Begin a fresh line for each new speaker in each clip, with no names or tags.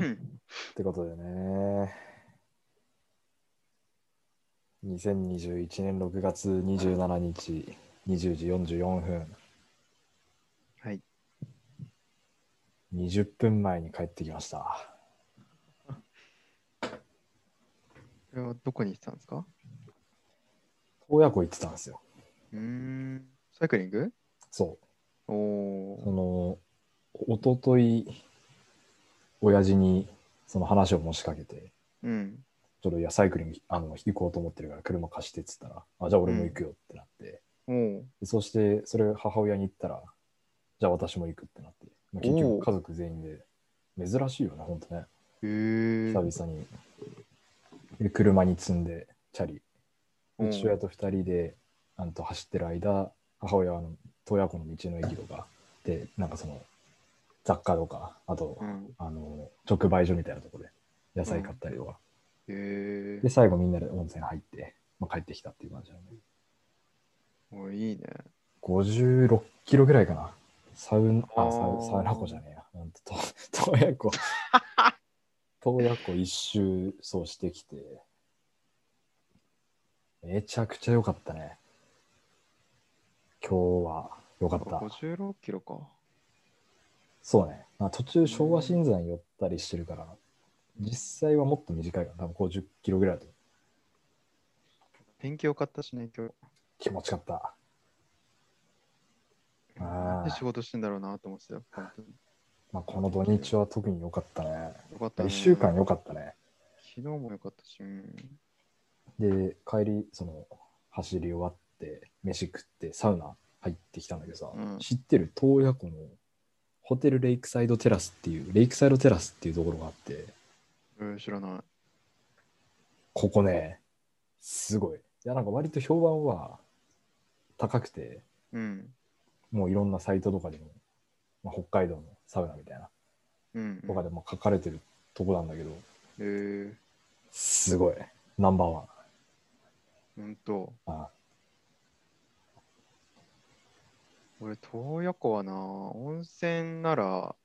ってことでね、2021年6月27日20時44分、
はい。
20分前に帰ってきました。
これはどこに行ってたんですか？
洞爺湖行ってたんですよ。
サイクリング？
そう。
おー。
一昨日親父にその話を持ちかけて、
うん。
ちょっとサイクリング行こうと思ってるから車貸してっつったら、じゃあ俺も行くよってなって、
おー。
そしてそれ母親に言ったら、じゃあ私も行くってなって、結局家族全員で、珍しいよね、ほんとね。久々に。で車に積んで、チャリ。父親と2人で走ってる間、母親は洞爺湖の道の駅とかで、雑貨とか、あと、直売所みたいなところで野菜買ったりとか。で、最後みんなで温泉入って、帰ってきたっていう感じだね。
おー、いいね。
56キロぐらいかな。サウナ湖じゃねえや。洞爺湖。洞爺湖一周そうしてきて、めちゃくちゃ良かったね。今日は良かった。
56キロか。
そうね。途中昭和新山寄ったりしてるから、実際はもっと短いから、多分50キロぐらいだと。
天気良かったしね、今日。
気持ちよかった。
なんで仕事してんだろうなと思ってたよ、本当に。
この土日は特に良かったね。
よかったね。
1週間良かったね。
昨日も良かったし、
で、帰り、走り終わって、飯食って、サウナ入ってきたんだけどさ、知ってる洞爺湖のホテルレイクサイドテラスっていう、レイクサイドテラスっていうところがあって、
知らない。
ここね、すごい。いや、割と評判は高くて、もういろんなサイトとかでも、北海道のサウナみたいな、とかでも書かれてるとこなんだけど、すごい。ナンバーワン。
ほんと。
ああ、
俺、洞爺湖はな、温泉なら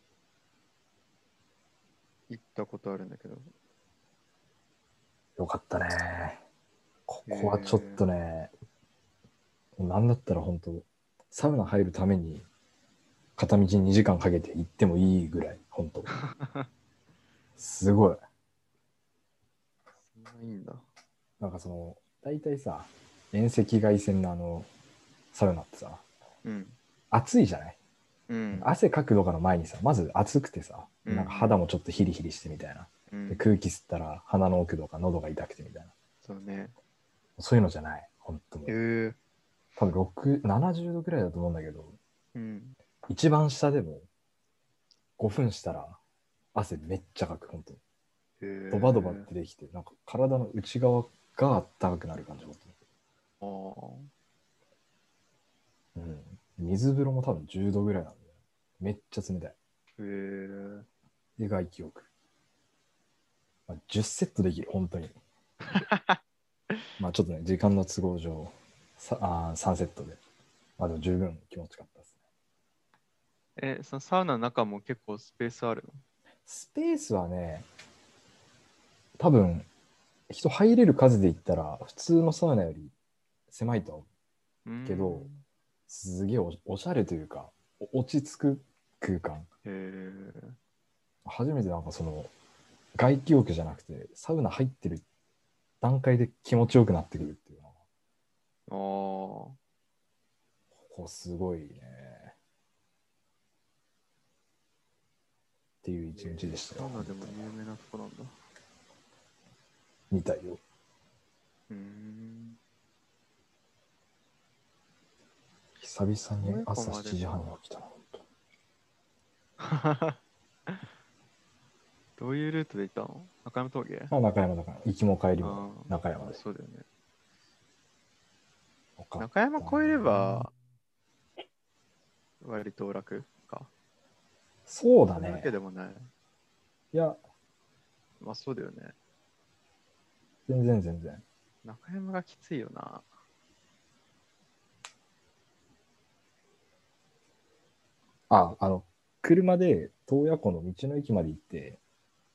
行ったことあるんだけど。
よかったね。ここはちょっとね、なんだったら本当サウナ入るために片道2時間かけて行ってもいいぐらい、本当すごい。
そんないいんだ。
大体さ、遠赤外線のサウナってさ、暑いじゃない、汗かくとかの前にさ、まず暑くてさ、肌もちょっとヒリヒリしてみたいな。で空気吸ったら鼻の奥とか喉が痛くてみたいな。
そうね。
そういうのじゃない、本当もう。多分70度ぐらいだと思うんだけど、一番下でも5分したら汗めっちゃかく、本当ドバドバってできて、体の内側が暖かくなる感じ。水風呂も多分10度ぐらいなんで、めっちゃ冷たい。で、外気浴。10セットできる、本当に。ちょっとね、時間の都合上、3セットで。でも十分気持ちよかったですね。
そのサウナの中も結構スペースあるの？
スペースはね、多分、人入れる数で言ったら、普通のサウナより狭いと思うけど、すげえ おしゃれというか、落ち着く空間。初めて外気浴じゃなくて、サウナ入ってる段階で気持ちよくなってくるっていうのは。ここすごいね。っていう一日でしたよ。
サウナでも有名なとこなんだ。
みたいよ。久々に朝7時半に起きた
な。どういうルートで行ったの？中山峠？
中山だから、行きも帰りも中山で。
そうだよね。中山越えれば、割と楽か。
そうだね。
そういうわけでもない。
いや、
そうだよね。
全然。
中山がきついよな。
車で洞爺湖の道の駅まで行って、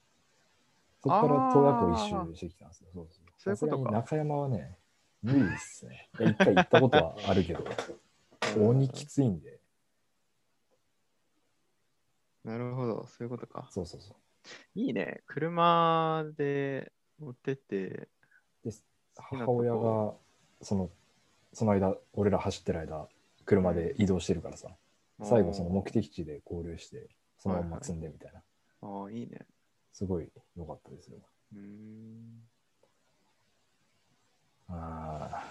そこから洞爺湖一周してきたんですよ。そうそう。
そういうことか
さすがに中山はね、無理ですね。いや一回行ったことはあるけど、鬼きついんで。
なるほど、そういうことか。
そうそうそう。
いいね。車で持ってって、
で、
好きな
母親
とこ。
が、その間、俺ら走ってる間、車で移動してるからさ、最後その目的地で合流して、そのまま積んでみたいな。
ああ、いいね。
すごい良かったですよ。
うーん。
あ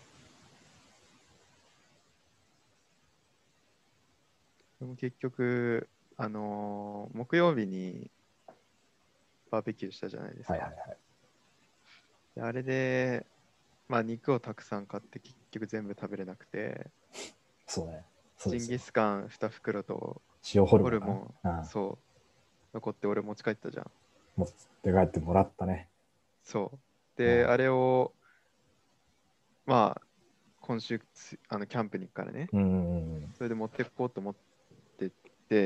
でも結局、木曜日にバーベキューしたじゃないですか。
はいはいはい。
であれで、まあ肉をたくさん買って結局全部食べれなくて、
そうね。そうですよ。
ジンギスカン2袋と
塩ホルモンか
ホルモン、
な。
そう、残って俺持ち帰ったじゃん。
持って帰ってもらったね。
そう。で、あれを、まあ、今週キャンプに行くからね。
うんうんうん。
それで持ってこうと思ってって、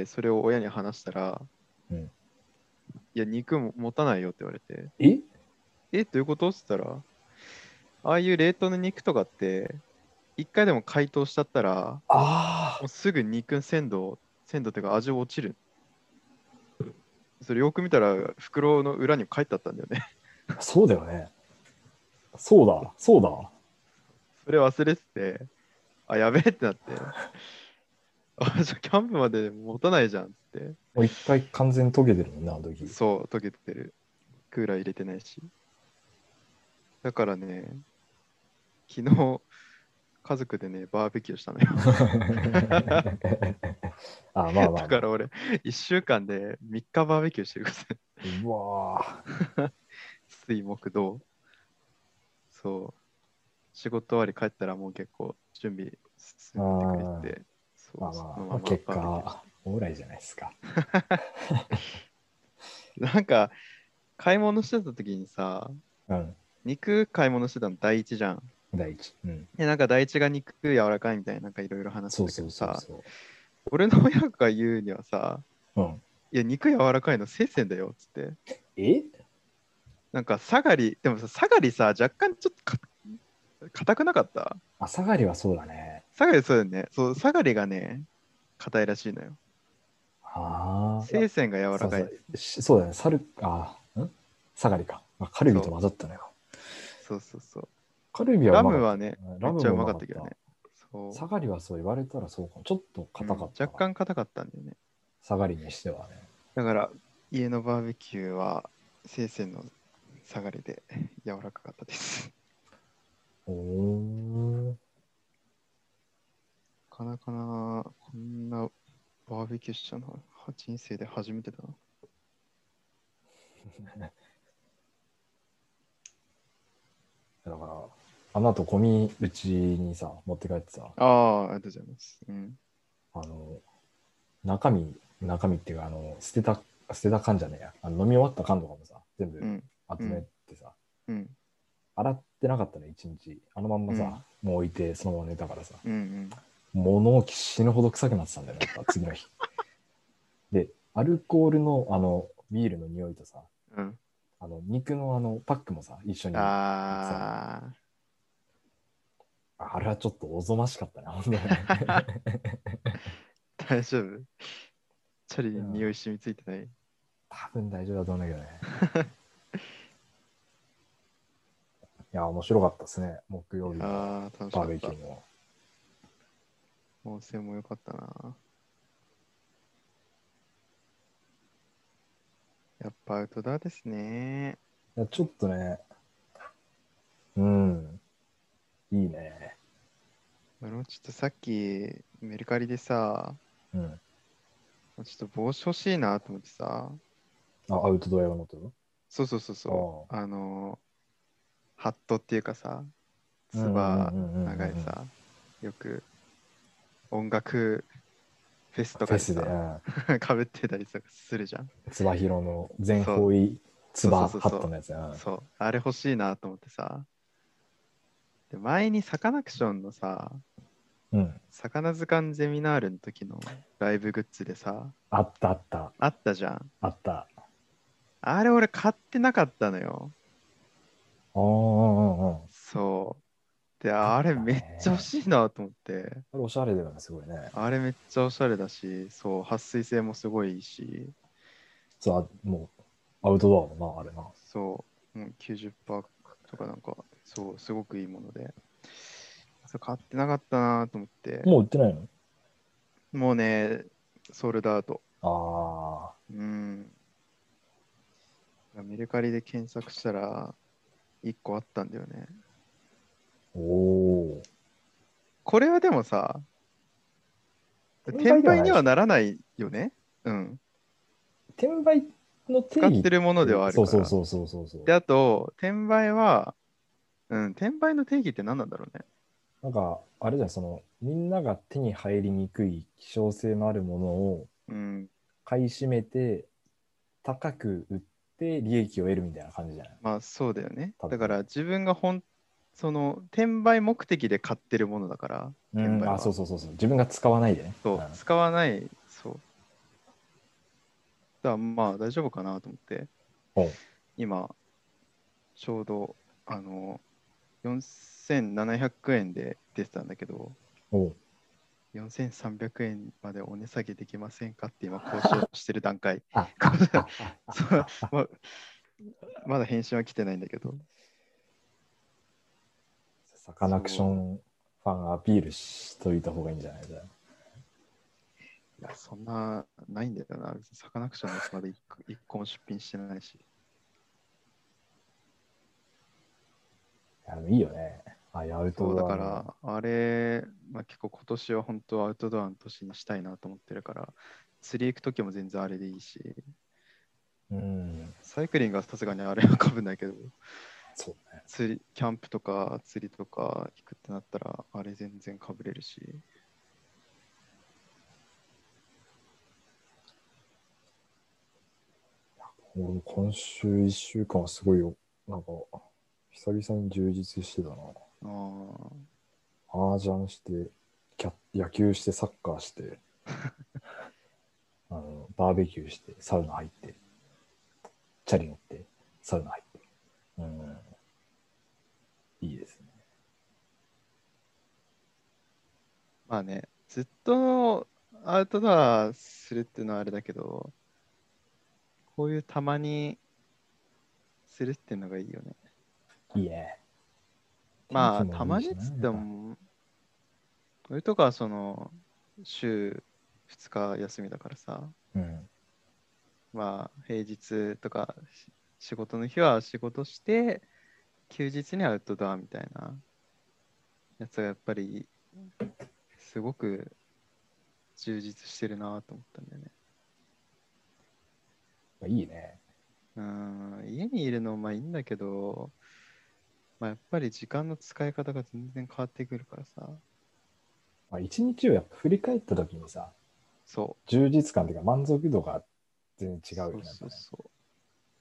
それを親に話したら、
うん、
いや、肉も持たないよって言われて、
え
どういうことって言ったら、ああいう冷凍の肉とかって、一回でも解凍しちゃったら、も
あ
うすぐ肉鮮度っていうか味落ちる。それよく見たら、袋の裏に書いてあったんだよね。
あ、そうだよね。そうだ、そうだ。
それ忘れてて、あ、やべえってなって、あ、じゃあキャンプまで持たないじゃんっつって。
もう一回完全に溶けてるもんな、あの時。
そう、溶けてる。クーラー入れてないし。だからね、昨日、家族でね、バーベキューしたのよ。
あ、まあまあまあ。
だから俺、1週間で3日バーベキューしてるから。
うわ
水木土。そう。仕事終わり帰ったらもう結構準備
ー
進めてくれ
あー。
て、そう、
まあ
その
まあ、
まま
結
バーベキューし
果、オーライじゃないですか。
て。なんか、買い物してた時にさ、
うん。
肉買い物してたの第一じゃん。
第一。うん。
で、なんか第一が肉柔らかいみたいな、なんかいろいろ話してたけ
そうそうそう
どさ、
そ
俺の親が言うにはさ、
う。うん。
いや、肉柔らかいの生鮮だよっつって。
え
なんか、サガリ、でもさ、サガリさ、若干ちょっと硬くなかった？
朝狩りはそうだね。
サガリそうだよね。そう、サガリがね、硬いらしいのよ。
ああ。いや、
生鮮が柔ら
そうそう。
かいです。
そうだね。サガリか。カルビと
そう、
混ざったのよ。
そうそうそう。
カルビはう
ラ
まかったね。
ムはね、め
ラムもう
っちゃうま
まかった。
かったけどね。そ
サガリはそう言われたらそうかも。ちょっと
う。う
硬か
ん、
ったか。
若干硬かったんだよね。
サガリにしてはね。
だから、家のバーベキューは、生鮮のサガリで柔らかかったです。
おー。
なかなかな、こんなバーベキューしたのは人生で初めてだな。
だから、あの後、ゴミうちにさ、持って帰ってさ、
ああ、ありがとうございます。うん。
あの、中身っていうか、捨てた缶じゃねえや。飲み終わった缶とかもさ、全部
うん。う
集め
ん。
てさ、
うん。
洗ってなかったね、一日。あのまんまさ、
うん。
もう置いて、そのまま寝たからさ、
うん。
物置死ぬほど臭くなってたんだよね、やっぱ次の日。で、アルコールの、ビールの匂いとさ、
うん。
肉のパックもさ、一緒に行ってたのよ。
あ
あれはちょっとおぞましかったね、本当に。
ー、大丈夫？チャリに匂
うん、
い染みついてない？
多分大丈夫だと思うんだけどね。いや、面白かったですね。木曜日の
ああ、楽し
バー
かった。
ベキューも。
温泉も良かったな。やっぱアウトドアですね。
いや、ちょっとね、うん、いいね。
俺もちょっとさっきメルカリでさ、
うん。
ちょっと帽子欲しいなと思ってさ、
アウトドア用のと
そうそうそうそう、
ああ。
ハットっていうかさ、
うんう
つば
んうんうんうんうん。
長いさ、よく音楽フェスと
フェスで、
かでさ、かぶってたりとかするじゃん。
つばひろの全
そう、
方位つ
そうそう
ば
そうそう、
ハットのやつ。
そう、あれ欲しいなと思ってさ、で前にサカナクションのさ、
うん。
サカナズカンゼミナールの時のライブグッズでさ、
あったあった。
あったじゃん。
あった。
あれ俺買ってなかったのよ。
ああ、
そう。で、
あっ
あれ
た
めっちゃ欲
ね。
しいなと思って。
あれおしゃれだよね、すごいね。
あれめっちゃおしゃれだし、そう、撥水性もすごいいいし、
そう、もう、アウトドアもな、あれな。
そう、もう90%とかなんか、そう、すごくいいもので。それ買ってなかったなと思って、
もう売ってないの？
もうね、ソールドアウト。
ああ
うん。メルカリで検索したら、1個あったんだよね。
ー、おお。
これはでもさ、
転売
転売には
ではないでしょ。
ならないよね。うん。
転売の定
使っ
義っ
てるもので
て、
はあるから。
そうそうそうそうそうそう。
で、あと、転売は、うん、転売の定義って何なんだろうね。
なんか、あれじゃん、みんなが手に入りにくい希少性のあるものを
うん。
買い占めて、高く売って利益を得るみたいな感じじゃない？
まあそうだよね。
多分ね。
だから自分がその転売目的で買ってるものだから、
うん、あ、そう
転売は。
そうそうそう。自分が使わないでね。うん。
そう、使わない、そう。だからまあ大丈夫かなと思って、
おう
今、ちょうど、4700円で出てたんだけど、
おう。
4300円までお値下げできませんかって今交渉してる段階。
あ、
そうまだ返信は来てないんだけど。
サカナクショ
そ
ンファンアピールしといた方がいいんじゃない？じゃあ。
う。いや、そんな、ないんだよな。別にサカナクションのやつまで一個も出品してないし。
でもいいよね。ああいうアウト
そう、だ
ドアの。
から、あれ、まあ、結構今年は本当アウトドアの年にしたいなと思ってるから、釣り行くときも全然あれでいいし、
うん。
サイクリングはさすがにあれはかぶんないけど、
そうね。
キャンプとか釣りとか行くってなったら、あれ全然かぶれるし。
俺も今週1週間はすごいよ。なんか、久々に充実してたな。
ああ、
麻雀して、野球して、サッカーして、バーベキューして、サウナ入って、チャリ乗って、サウナ入って。うん、いいですね。
まあね、ずっとアウトドアするっていうのはあれだけど、こういうたまにするっていうのがいいよね。
いいね。天
まあ、
気も
た
いいしな、
まにっつっ
やっぱ。
ても、俺とかは週2日休みだからさ、
うん。
まあ、平日とか仕事の日は仕事して、休日にアウトドアみたいなやつがやっぱりすごく充実してるなと思ったんだよね。
いいね。
家にいるのまあいいんだけど、まあ、やっぱり時間の使い方が全然変わってくるからさ。
まあ、一日をやっぱ振り返った時にさ、
そう。
充実感というか満足度が全然違うよね、
そう
やっぱね。
そうそう。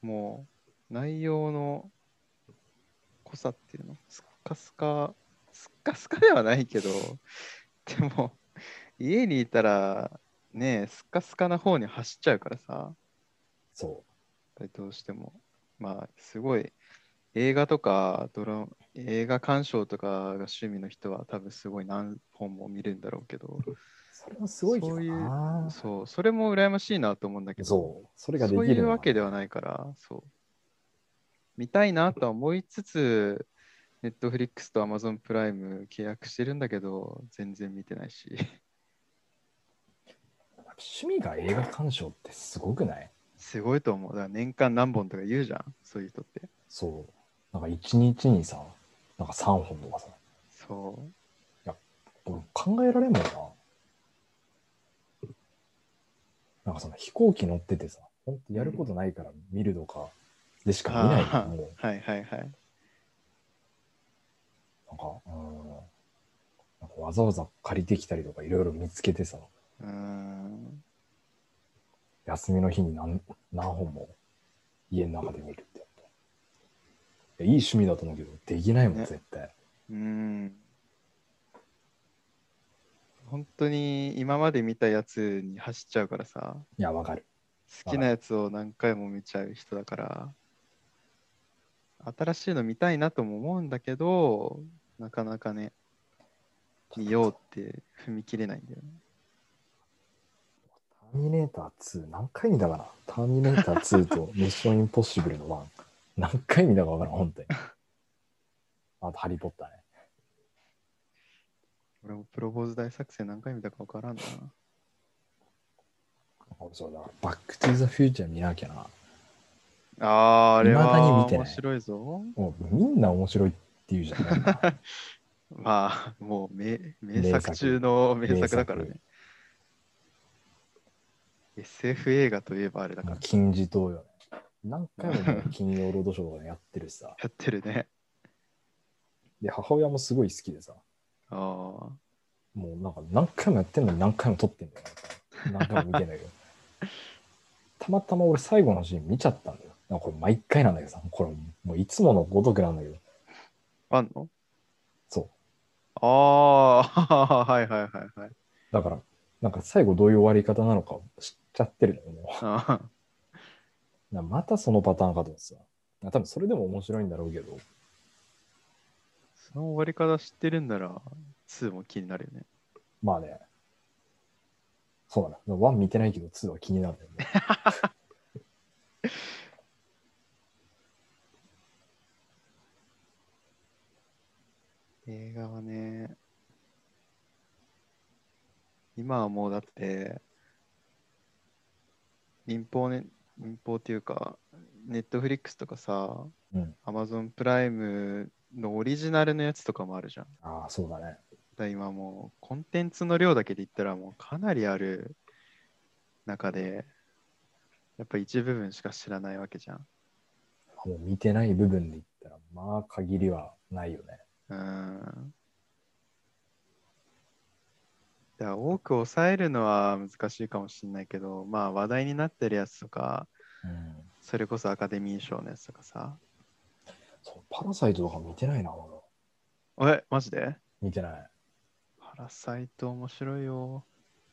もう内容の濃さっていうの、スッカスカではないけど、でも家にいたらね、スッカスカな方に走っちゃうからさ、やっ
そ
ぱりどうしても。まあ、すごい映画とか映画鑑賞とかが趣味の人は多分すごい何本も見るんだろうけど、
う。それはすごいけど
そういう、
な。
そう、それも羨ましいなと思うんだけど、
そう。それがで
そういう
きるのはね。
わけではないから、そう、見たいなとは思いつつ、ネットフリックスとアマゾンプライム契約してるんだけど、全然見てないし。
趣味が映画鑑賞ってすごくない？
すごいと思う。だから年間何本とか言うじゃん、そういう人って。
そう。なんか一日にさ、なんか3本とかさ。い
そ
や、俺考えられんもんな。なんか飛行機乗っててさ、ほんと
う。
やることないから見るとかでしか見ないもん、
あ
もう。
あ、はいはいはい。
なんか、なんかわざわざ借りてきたりとかいろいろ見つけてさ、
うーん。
休みの日に何本も家の中で見るってやっぱ。いやいい趣味だと思うけど、できないもん、
ね。
絶対。
うーん。本当に今まで見たやつに走っちゃうからさ、
いや、わかる。
きなやつを何回も見ちゃう人だから、新しいの見たいなとも思うんだけど、なかなかね、見ようって踏み切れないんだよね。
ターミネーター2、何回見たかな。ターミネーター2とミッションインポッシブルの1、何回見たかわからん、本当に。あと、ハリーポッターね。
俺もプロポーズ大作戦何回見たか分からんな。
そうだ、バックトゥザフューチャー見なきゃな。
あれ
未だに
は
見てない
面白いぞ。
もうみんな面白いって言うじゃないか。
まあ、もう名作中の名作だからね。SF 映画といえばあれだから。
金字塔よね。何回ももう金曜ロードショーとかやってるしさ。
やってるね。
で、母親もすごい好きでさ。
ああ。
もうなんか何回もやってんのに何回も撮ってんだよ。何回も見てんだけど。たまたま俺最後のシーン見ちゃったんだよ。なんかこれ毎回なんだけどさ。これもういつものごとくなんだけど。
あんの？
そう。
ああ、はいはいはいはい。
だから、なんか最後どういう終わり方なのか知っちゃってるのよ、も
あ
う。またそのパターンかと思ってさ。多分それでも面白いんだろうけど。
その終わり方知ってるんなら、2も気になるよね。
まあね。そうだね。1見てないけど2は気になるんだよね。
映画はね、今はもうだって、民放っていうか、ネットフリックスとかさ、
うん。
アマゾンプライムのオリジナルのやつとかもあるじゃん。
ああ、そうだね。
今もうコンテンツの量だけで言ったらもうかなりある中で、やっぱ一部分しか知らないわけじゃん。
もう見てない部分で言ったら、まあ限りはないよね。
うん。だから多く抑えるのは難しいかもしれないけど、まあ話題になってるやつとか、
うん。
それこそアカデミー賞のやつとかさ。
そう、パラサイトとか見てないな、まだ。
マジで？
見てない。
パラサイト面白いよ。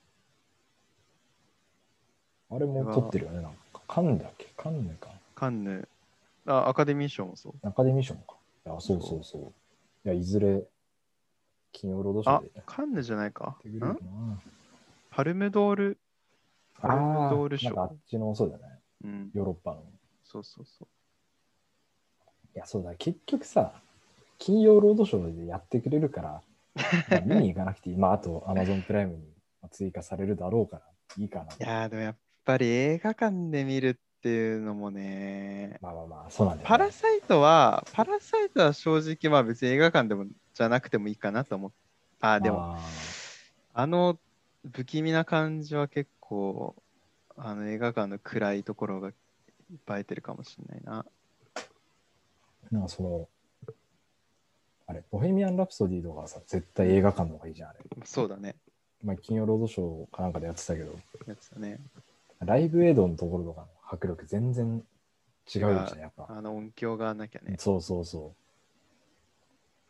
あれも撮ってるよね、なんか。カンヌだっけカンヌか。
カンヌ、アカデミー賞もそう。
アカデミー賞か。いや、そうそうそう。いや、いずれ、金曜ロードショーで
カンヌじゃないか。
やってくれるかな。
パルムドール、パルムドール賞。
なんかあっちの、そうだね。
うん。
ヨーロッパの。
そうそうそう。
いや、そうだ、結局さ、金曜ロードショーでやってくれるから、まあ、見に行かなくていい。まあ、あと、アマゾンプライムに追加されるだろうから、いいかな。
いやーでもやっぱり映画館で見るっていうのもね、
まあまあまあ、そうなんだよね。
パラサイトは正直まあ別に映画館でもじゃなくてもいいかなと思って。でも、あの不気味な感じは結構、映画館の暗いところが映えてるかもしれないな。
なんかその、あれ、ボヘミアン・ラプソディとかさ、絶対映画館の方がいいじゃん、あれ。
そうだね。
まあ、金曜ロードショーかなんかでやってたけど、
やつだね。
ライブエイドのところとかの迫力全然違うじゃん、やっぱ。
音響がなきゃね。
そうそうそう。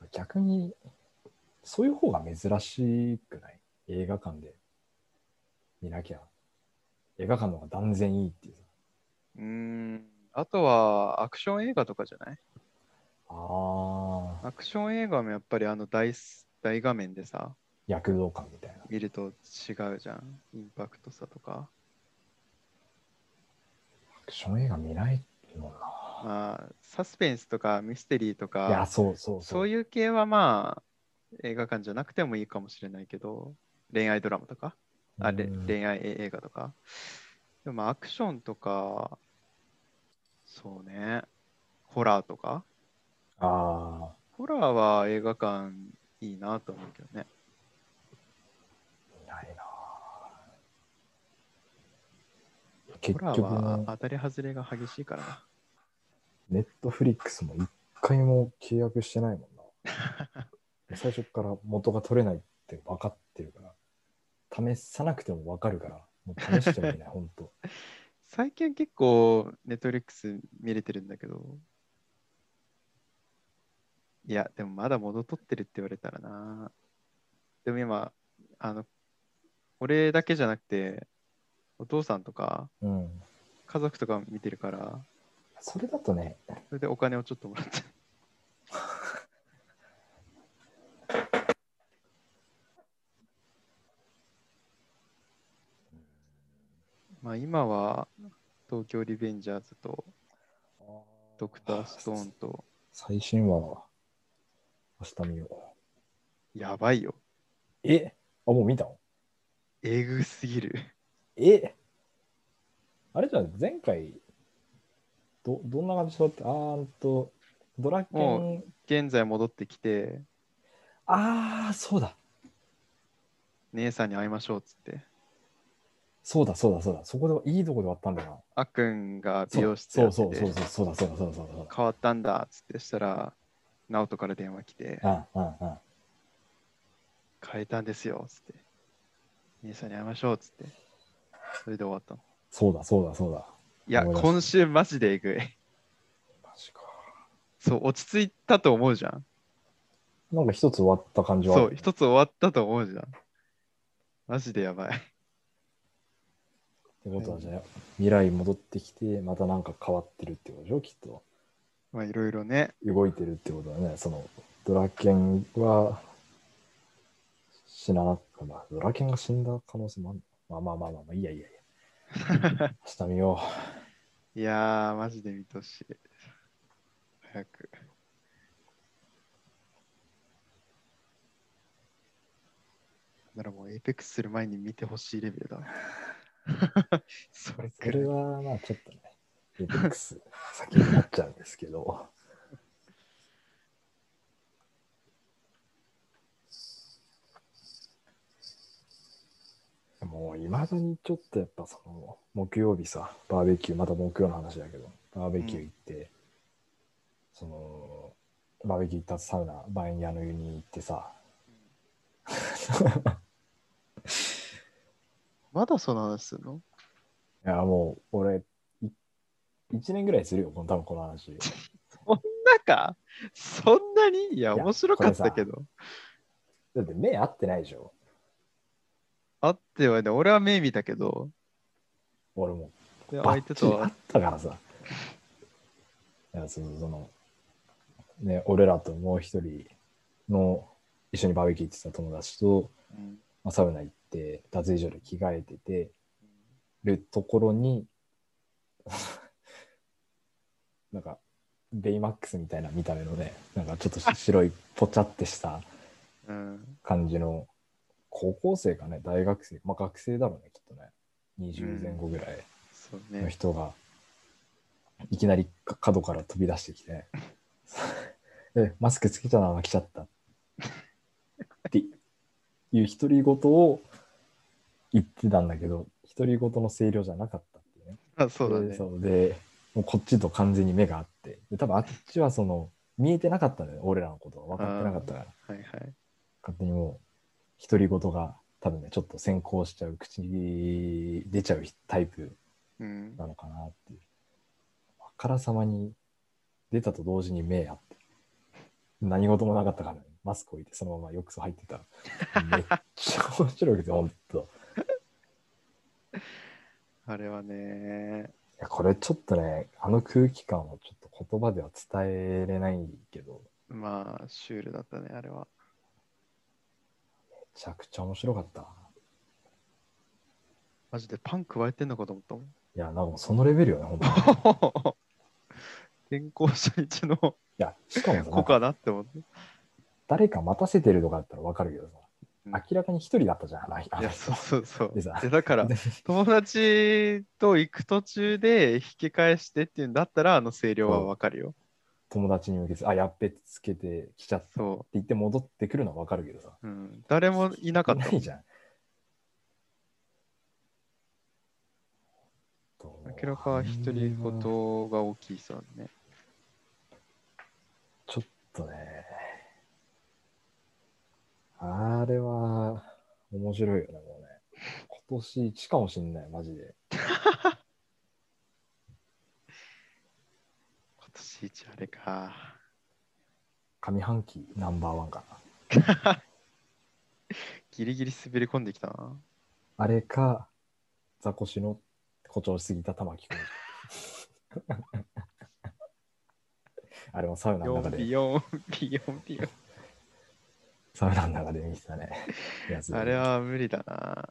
逆に、そういう方が珍しくない？映画館で見なきゃ。映画館の方が断然いいっていうさ。
あとはアクション映画とかじゃない？
ああ。
アクション映画もやっぱり大画面でさ、
躍動感みたいな。
見ると違うじゃん。インパクトさとか。
アクション映画見ないもんな。
まあ、サスペンスとかミステリーと
いや、
か、
そうそうそう。
そういう系はまあ、映画館じゃなくてもいいかもしれないけど、恋愛ドラマとか、恋愛映画とか。でもまあアクションとか、そうね、ホラーとか。
ああ。
ホラーは映画館いいなと思うけどね。
見ないな。
ホ
結
ラーは
局ね、
当たり外れが激しいからな。
ネットフリックスも一回も契約してないもんな。最初から元が取れないって分かってるから、試さなくても分かるから、もう試してもいない、本当。
最近結構ネットフリックス見れてるんだけど、いや、でもまだ戻っとってるって言われたらな。でも今、あの、俺だけじゃなくて、お父さんとか、
うん。
家族とか見てるから、
それだとね、
それでお金をちょっともらって。まあ今は東京リベンジャーズとドクターストーンと。
最新話は明日見よ
やばいよ。
う。もう見たの？
えぐすぎる。
あれじゃん、前回、どんな感じだった？ドラケ
もう
ン。
現在戻ってきて、
そうだ。
姉さんに会いましょうっつって。
そうだ。そこでいいとこで終わったんだよな。
あっくんが美容室
そう
やってて、
そうだ。
変わったんだっつってしたら、直人から電話来て、変えたんですよっつって。姉さんに会いましょうっつって。それで終わったの。
そうだ。
いや、今週マジでえぐい。
マジか。
そう、落ち着いたと思うじゃん。
なんか一つ終わった感じはある、
そう、一つ終わったと思うじゃん。マジでやばい。
ってことはじゃあ、未来戻ってきて、またなんか変わってるってことでしょ、きっと。
まあいろいろね。
動いてるってことだね。その、ドラケンは死ななかった。ドラケンが死んだ可能性もある。まあ、いいや。明日見よ
いやー、マジで見てほしい。早く。ならもうエイペックスする前に見てほしいレベルだ。それくらい。
それはまあちょっとね、エイペックス先になっちゃうんですけど。もういまだにちょっとやっぱその木曜日さ、バーベキュー、また木曜の話だけど、バーベキュー行って、そのバーベキュー行った後サウナ、バンヤの湯に行ってさ、
まだその話するの？
いやもう俺1年ぐらいするよ、多分この話。
そんなか？そんなに？いや、面白かったけど。
だって目合ってないでしょ。
あってはね、俺は目見たけど、
俺も
で
バ
相手とは
ッチリあったからさ。いやそのね、俺らともう一人の一緒にバーベキュー行ってた友達と、サウナ行って脱衣所で着替えててるところになんかベイマックスみたいな見た目のね、なんかちょっと白いぽちゃってした感じの高校生かね、大学生、まあ学生だろうね、きっとね、20前後ぐらいの人がいきなり角から飛び出してきてマスクつけちゃなが来ちゃったっていう独り言を言ってたんだけど、独り言の声量じゃなかったっていうね。
あ、そうだね。
でもうこっちと完全に目があって、で多分あっちはその見えてなかったんだよね、俺らのことが分かってなかったから、
はいはい、勝
手にもう独り言が多分ねちょっと先行しちゃう、口に出ちゃうタイプなのかなっていう、あからさまに出たと同時に目あって何事もなかったから、ね、マスク置いてそのまま浴槽入ってた。めっちゃ面白くて、ほんと。
あれはね。
いや、これちょっとね、あの空気感をちょっと言葉では伝えれないけど。
まあ、シュールだったね、あれは。
めちゃくちゃ面白かった。
マジでパン加えてんのかと思ったもん。い
や、なんかそのレベルよね、ほんと
に。転校初日の。い
や、しかもさ、
ここかなって思って。
誰か待たせてるとかだったらわかるけどさ、明らかに一人だったじゃん。
いや、そう。
でさ、
だから、友達と行く途中で引き返してっていうんだったら、あの声量はわかるよ。
友達に向けて、やっべつけてきちゃったって言って戻ってくるのはわかるけどさ。
誰もいなかった。
いないじゃん。
明らか独り言が大きいさね。
ちょっとね、あれは面白いよね、もうね。今年一かもしんない、マジで。
今年一あれか。
上半期ナンバーワンか
な。ギリギリ滑り込んできたな。
あれか、ザコシの今誇張しすぎた玉置浩二。あれもサウナの中で、
ビヨン、ビヨン、ビヨン。
サウナの中で見てたね。やつで
あれは無理だな。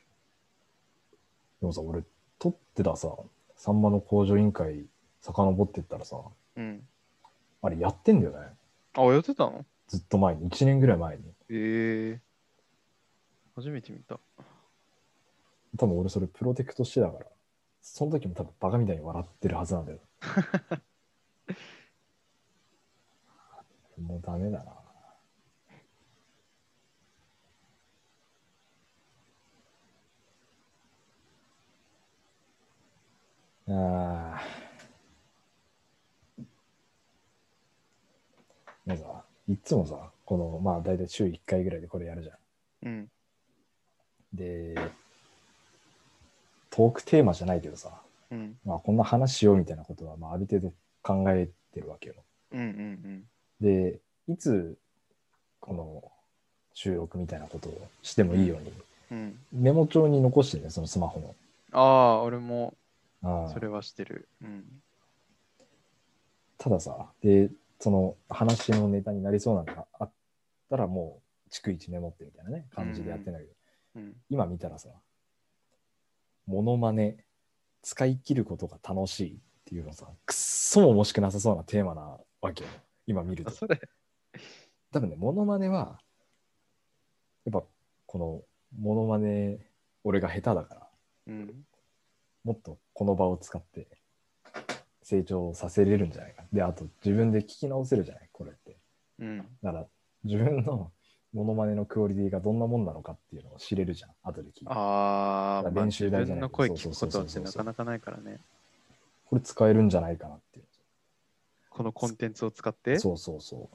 でもさ、俺、撮ってたさ、サンマの工場委員会、遡ってったらさ、
うん。
あれやってんだよね。
あ、やってたの？
ずっと前に、1年ぐらい前に。
初めて見た。
多分俺それプロテクトしてたから、その時も多分バカみたいに笑ってるはずなんだよ。もうダメだな。あなんかいつもさ、この、まあ大体週1回ぐらいでこれやるじゃん。
うん。
で、トークテーマじゃないけどさ、
うん。
まあこんな話しようみたいなことは、まあある程度考えてるわけよ。
うんうん
で、いつこの収録みたいなことをしてもいいように、
うん。うん。
メモ帳に残してね、そのスマホの。
ああ、俺も
あ
それはしてる。うん。
たださ、で、その話のネタになりそうなのがあったらもう逐一メモってみたいなね、感じでやってんだけど、
うん。
今見たらさ、モノマネ使い切ることが楽しいっていうのさ、くっそも面白くなさそうなテーマなわけよ。今見ると。
それ。
多分ね、モノマネは、やっぱこのモノマネ、俺が下手だから、
うん。
もっとこの場を使って成長させれるんじゃないか。で、あと自分で聞き直せるじゃない、これって。
うん。
だから自分のモノマネのクオリティがどんなもんなのかっていうのを知れるじゃん、後で聞いて。
ああ、まあ
練
自
習台じゃないけど、
分の声聞くことってなかなかないからね。
これ使えるんじゃないかなっていう。
このコンテンツを使って。
そうそうそう。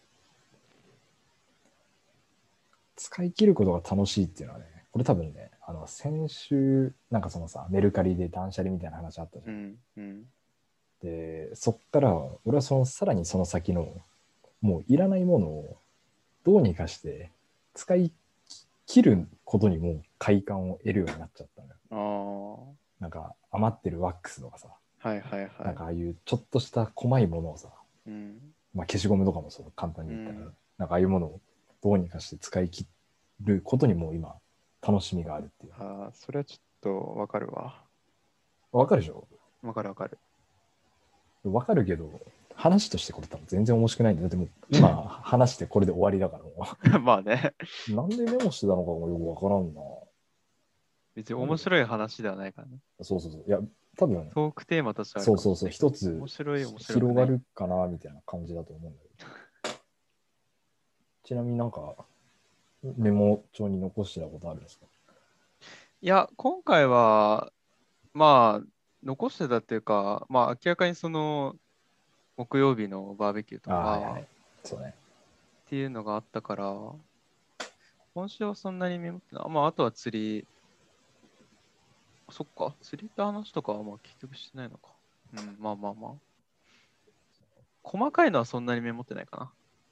使い切ることが楽しいっていうのはね、これ多分ね、先週、なんかそのさ、メルカリで断捨離みたいな話あったじゃん。
うんうん。
で、そっから、俺はさらにその先の、もういらないものをどうにかして使い切ることにも快感を得るようになっちゃったのよ。なんか余ってるワックスとかさ、
はいはいはい。
なんかああいうちょっとした細いものをさ、
うん。
まあ消しゴムとかもそう簡単に言ったら、
うん
なんかああいうものをどうにかして使い切ることにも今楽しみがあるっていう。
ああ、それはちょっとわかるわ。
わかるでしょ？
わかるわかる。
わかるけど、話としてこれ多分全然面白くないんだよ。だってもう今話してこれで終わりだからも
まあね。
う。なんでメモしてたのかもよくわからんな。
別に面白い話ではないからね。
そうそうそう。いや、多分、
トークテーマとしてある
そうそうそう、
かもしれない。
一つ
面白い、面白く
広
ない。
がるかなみたいな感じだと思うんだけど。ちなみになんかメモ帳に残してたことあるんですか？
いや、今回は、まあ、残してたっていうか、まあ、明らかにその、木曜日のバーベキューと
ああ、はいは
か、
い。そうね。
っていうのがあったから、今週はそんなにメモってない。まあ、あとは釣り、そっか、釣りって話とかはまあ結局してないのか。うん、まあまあまあ。細かいのはそんなにメモってないかな。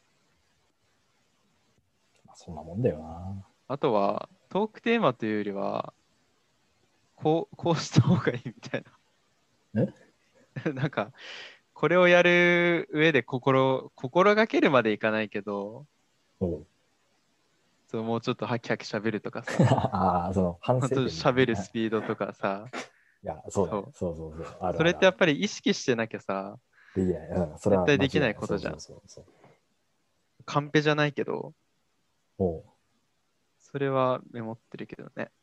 まあ、そんなもんだよな。
あとは、トークテーマというよりは、こうした方がいいみたい
え
な。なんか、これをやる上で心がけるまでいかないけど、
おう
そうもうちょっとハキハキ喋るとかさ、
ああ、その反
本当
省点みたいな。
喋るスピードとかさ、
いや、そうだね。
そう。
そうそうそう。ある
それってやっ
あるある。
ぱり意識してなきゃさ、
できない。うん、それ
絶
は
対できない
間違いない。そうそ
ことじゃん。
うそうそう。
カンペじゃないけど、
おう。
それはメモってるけどね。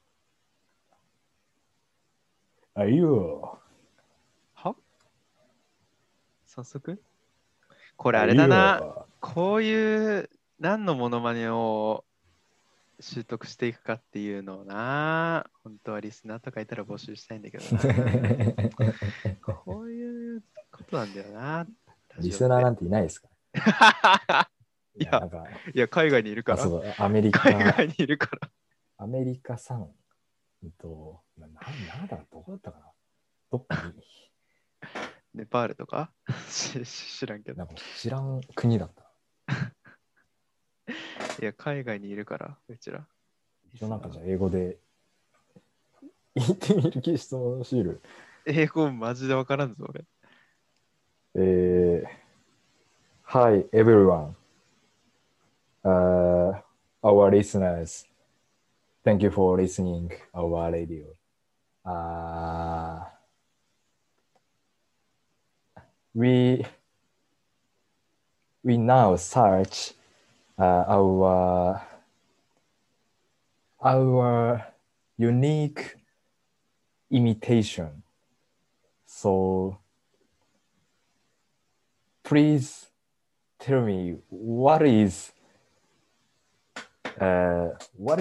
あ、いいよ。
は早速これ
あ、
あ
いい
れだな。
よ。
こういう何のモノマネを習得していくかっていうのをな。本当はリスナーとかいたら募集したいんだけどな。こういうことなんだよな。ラ
リ
ジオって。
スナーなんていないですか？いや、
いや、
なんか、
いや、海外にいるか
あ、
ら。
そうだ、アメリ
海
カ、
外にいるから。
アメリカさんなんだ、どこだったかな、どっかに、
ネパールとか知らんけど。
なんか知らん国だった。
いや、海外にいるから、うちら。
一応なんかじゃあ英語で言ってみる気質問シール。
英語マジでわからんぞ、俺。
Hi everyone. Our listeners. Thank you for listening our radio. Uh, we we now search our unique imitation. So please tell me what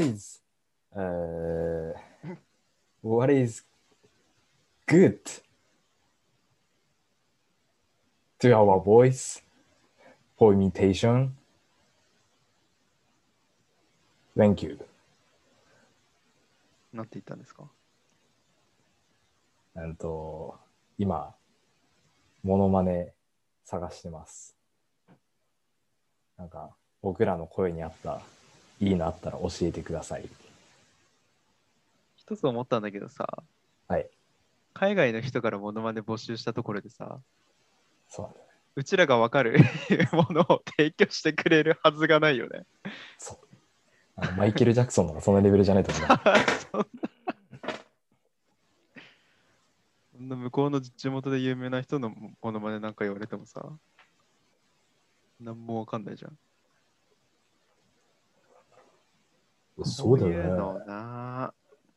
is good to our voice for imitation. Thank you.
なんて言ったんですか？
今、モノマネ探してます。なんか、僕らの声に合った、いいのあったら教えてください。
一つ思ったんだけどさ、
はい。
海外の人からモノマネ募集したところでさ、
そうなんだよね。
うちらがわかるものを提供してくれるはずがないよね。
そう。マイケル・ジャクソンとかそのレベルじゃないと思う。
そんな向こうの地元で有名な人のモノマネなんか言われてもさ、なんもわかんないじゃん。
そうだよね。
こういうのな。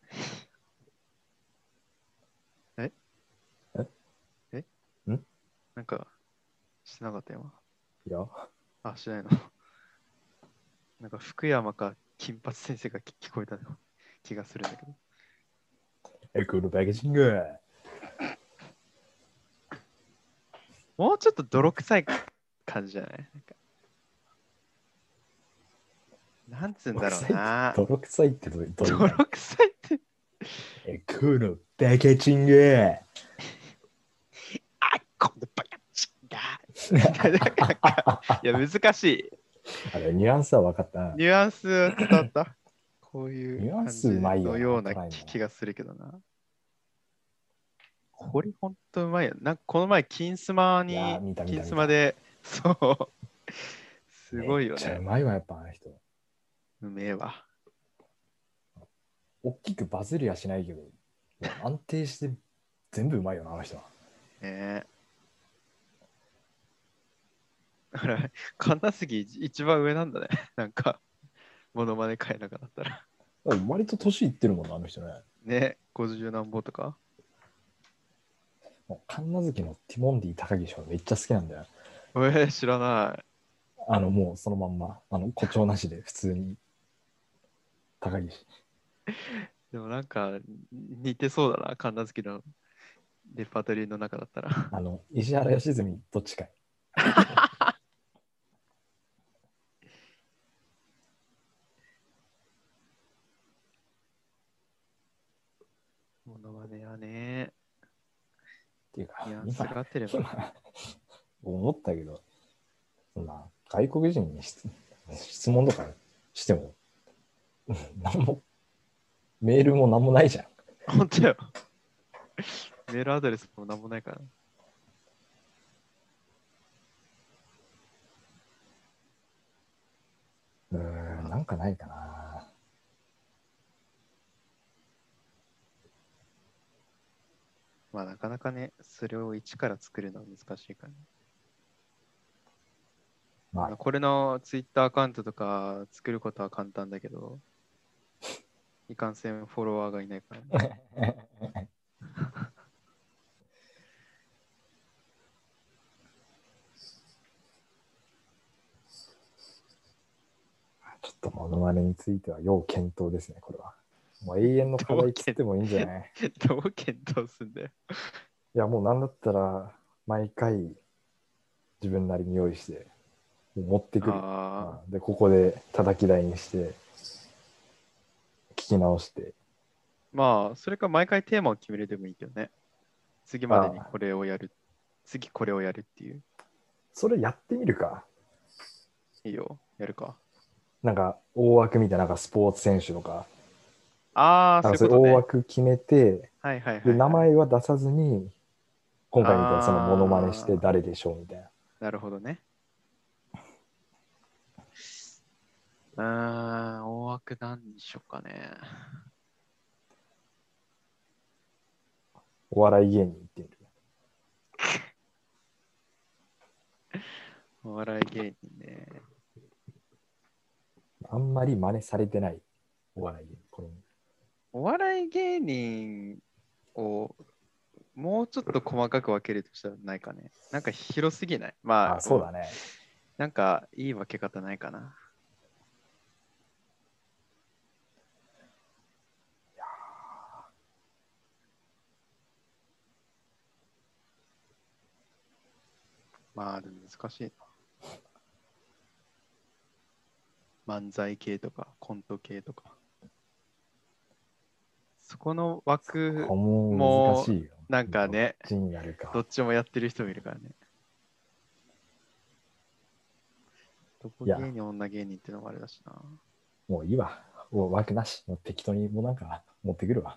なんか、してなかった今。
いや。
あ、しないの。なんか福山か金八先生が聞こえた気がするんだけど。
クールパッケージング。
もうちょっと泥臭い感じじゃないなんつうんだろうな。
泥臭いってどういう
泥臭いって。
クールパッケージング。
あ、このバカチンだ。いや、難しい。
あれ、ニュアンスは分かったな。
ニュアンスは伝わった。こういう感じのような気がするけどな。これほんとうまいよ。なんかこの前、金スマで、そう。すごいよね。
めっちゃうまいわ、やっぱあの人。
うめえわ。
大きくバズりはしないけど、安定して全部うまいよな、あの人は。
だから、神奈杉一番上なんだね。なんか、モノマネ変えなかったら。
割と年いってるもんな、あの人ね。
ね、50何本とか。
神奈月のティモンディ高岸はめっちゃ好きなんだよ。
知らない。
もうそのまんま、誇張なしで普通に高岸。
でもなんか似てそうだな、神奈月のレパートリーの中だったら。
石原良純と近い。
モノマネはね。
っていうか、
今
思ったけど、そんな外国人に質問とかしても、何も、メールも何もないじゃん。
本当よ。メールアドレスも何もないから。
なんかないかな。
まあなかなかね、それを一から作るのは難しいからね。まあ、これのツイッターアカウントとか作ることは簡単だけど、いかんせんフォロワーがいないからね。
ちょっとモノマネについては要検討ですね、これは。もう永遠の課題ってってもいいんじゃない？
どう検討すんだよ。
いや、もうなんだったら、毎回自分なりに用意して、持ってくる。で、ここで叩き台にして、聞き直して。
まあ、それか毎回テーマを決めるでもいいけどね。次までにこれをやる。次これをやるっていう。
それやってみるか。
いいよ、やるか。
なんか、大枠みたいな、なんかスポーツ選手とか、
ああ、そういう
そういう大
ことね。
枠決めて、
はいはいは
で、名
いはい。
前は出さずに、今回みたいなそのモノマネして
ああ、
誰でしょうみたいな。
なるほどね。大枠何にしようかね。
お笑い芸人っていう。
お笑い芸人ね。
あんまり真似されてないお笑い芸人。
お笑い芸人をもうちょっと細かく分けるとしたらないかね。なんか広すぎない。まあ、
そうだね。
なんかいい分け方ないかな。まあ、でも難しいな。漫才系とかコント系とか。そこの枠
こも難
も
しいよ。
なんかね、
どっちになるか。
どっちもやってる人もいるからね。男
いや、
芸人、女芸人っていうのもあれだしな。
もういいわ。もう枠なし。もう適当にもうなんか持ってくるわ。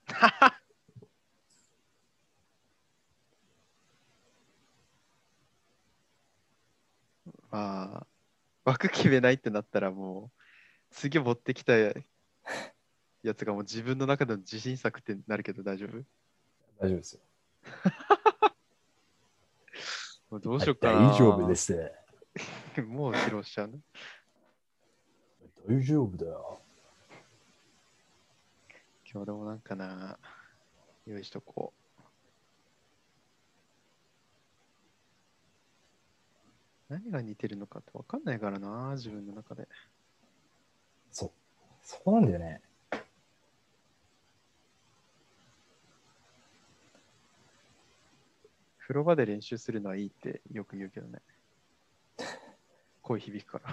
まあ、枠決めないってなったらもう、次持ってきたやつがもう自分の中での自信作ってなるけど大丈夫？
大丈夫ですよ。
もうどう
はい、
しようか
大丈夫で
な。
す。
もう披露しちゃうの？
大丈夫だよ。
今日でもなんかな、用意しとこう。何が似てるのかって分かんないからな、自分の中で。
そう。そこなんだよね。
風呂場で練習するのはいいってよく言うけどね。声響くから。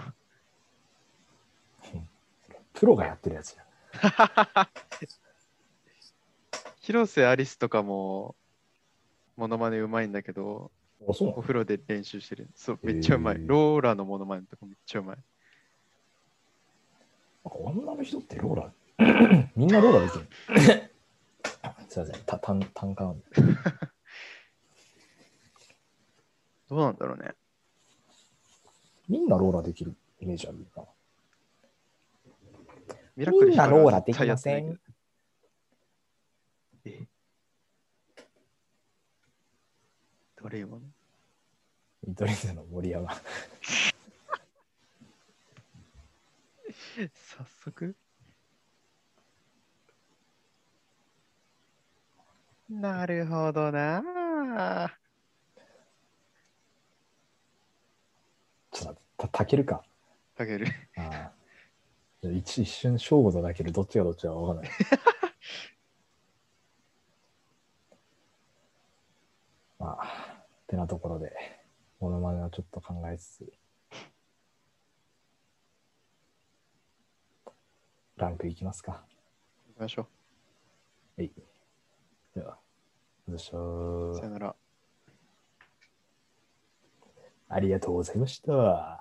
プロがやってるやつや。
広瀬アリスとかもモノマネうまいんだけど、
あ、そうなの？
お風呂で練習してる。そう、めっちゃうまい。ローラのモノマネとかめっちゃうまい。
女の人ってローラみんなローラできる。すいません、単価なんで。
どうなんだろうね。
みんなローラできるイメージあるな。
ミラクル
みんな
光は
ローラでき
絶対や
ません。
ってないけど。え、誰今の？
見取り図の森山。
早速なるほどな。
ちょっとたけるか。
たける。
ああ。一瞬、正吾とだけるどっちがどっちかわかんない。まあ、ってなところで、モノマネはちょっと考えつつ、ランクいきますか。
行きましょ
はい。では、よいしょ
う。さよなら。
ありがとうございました。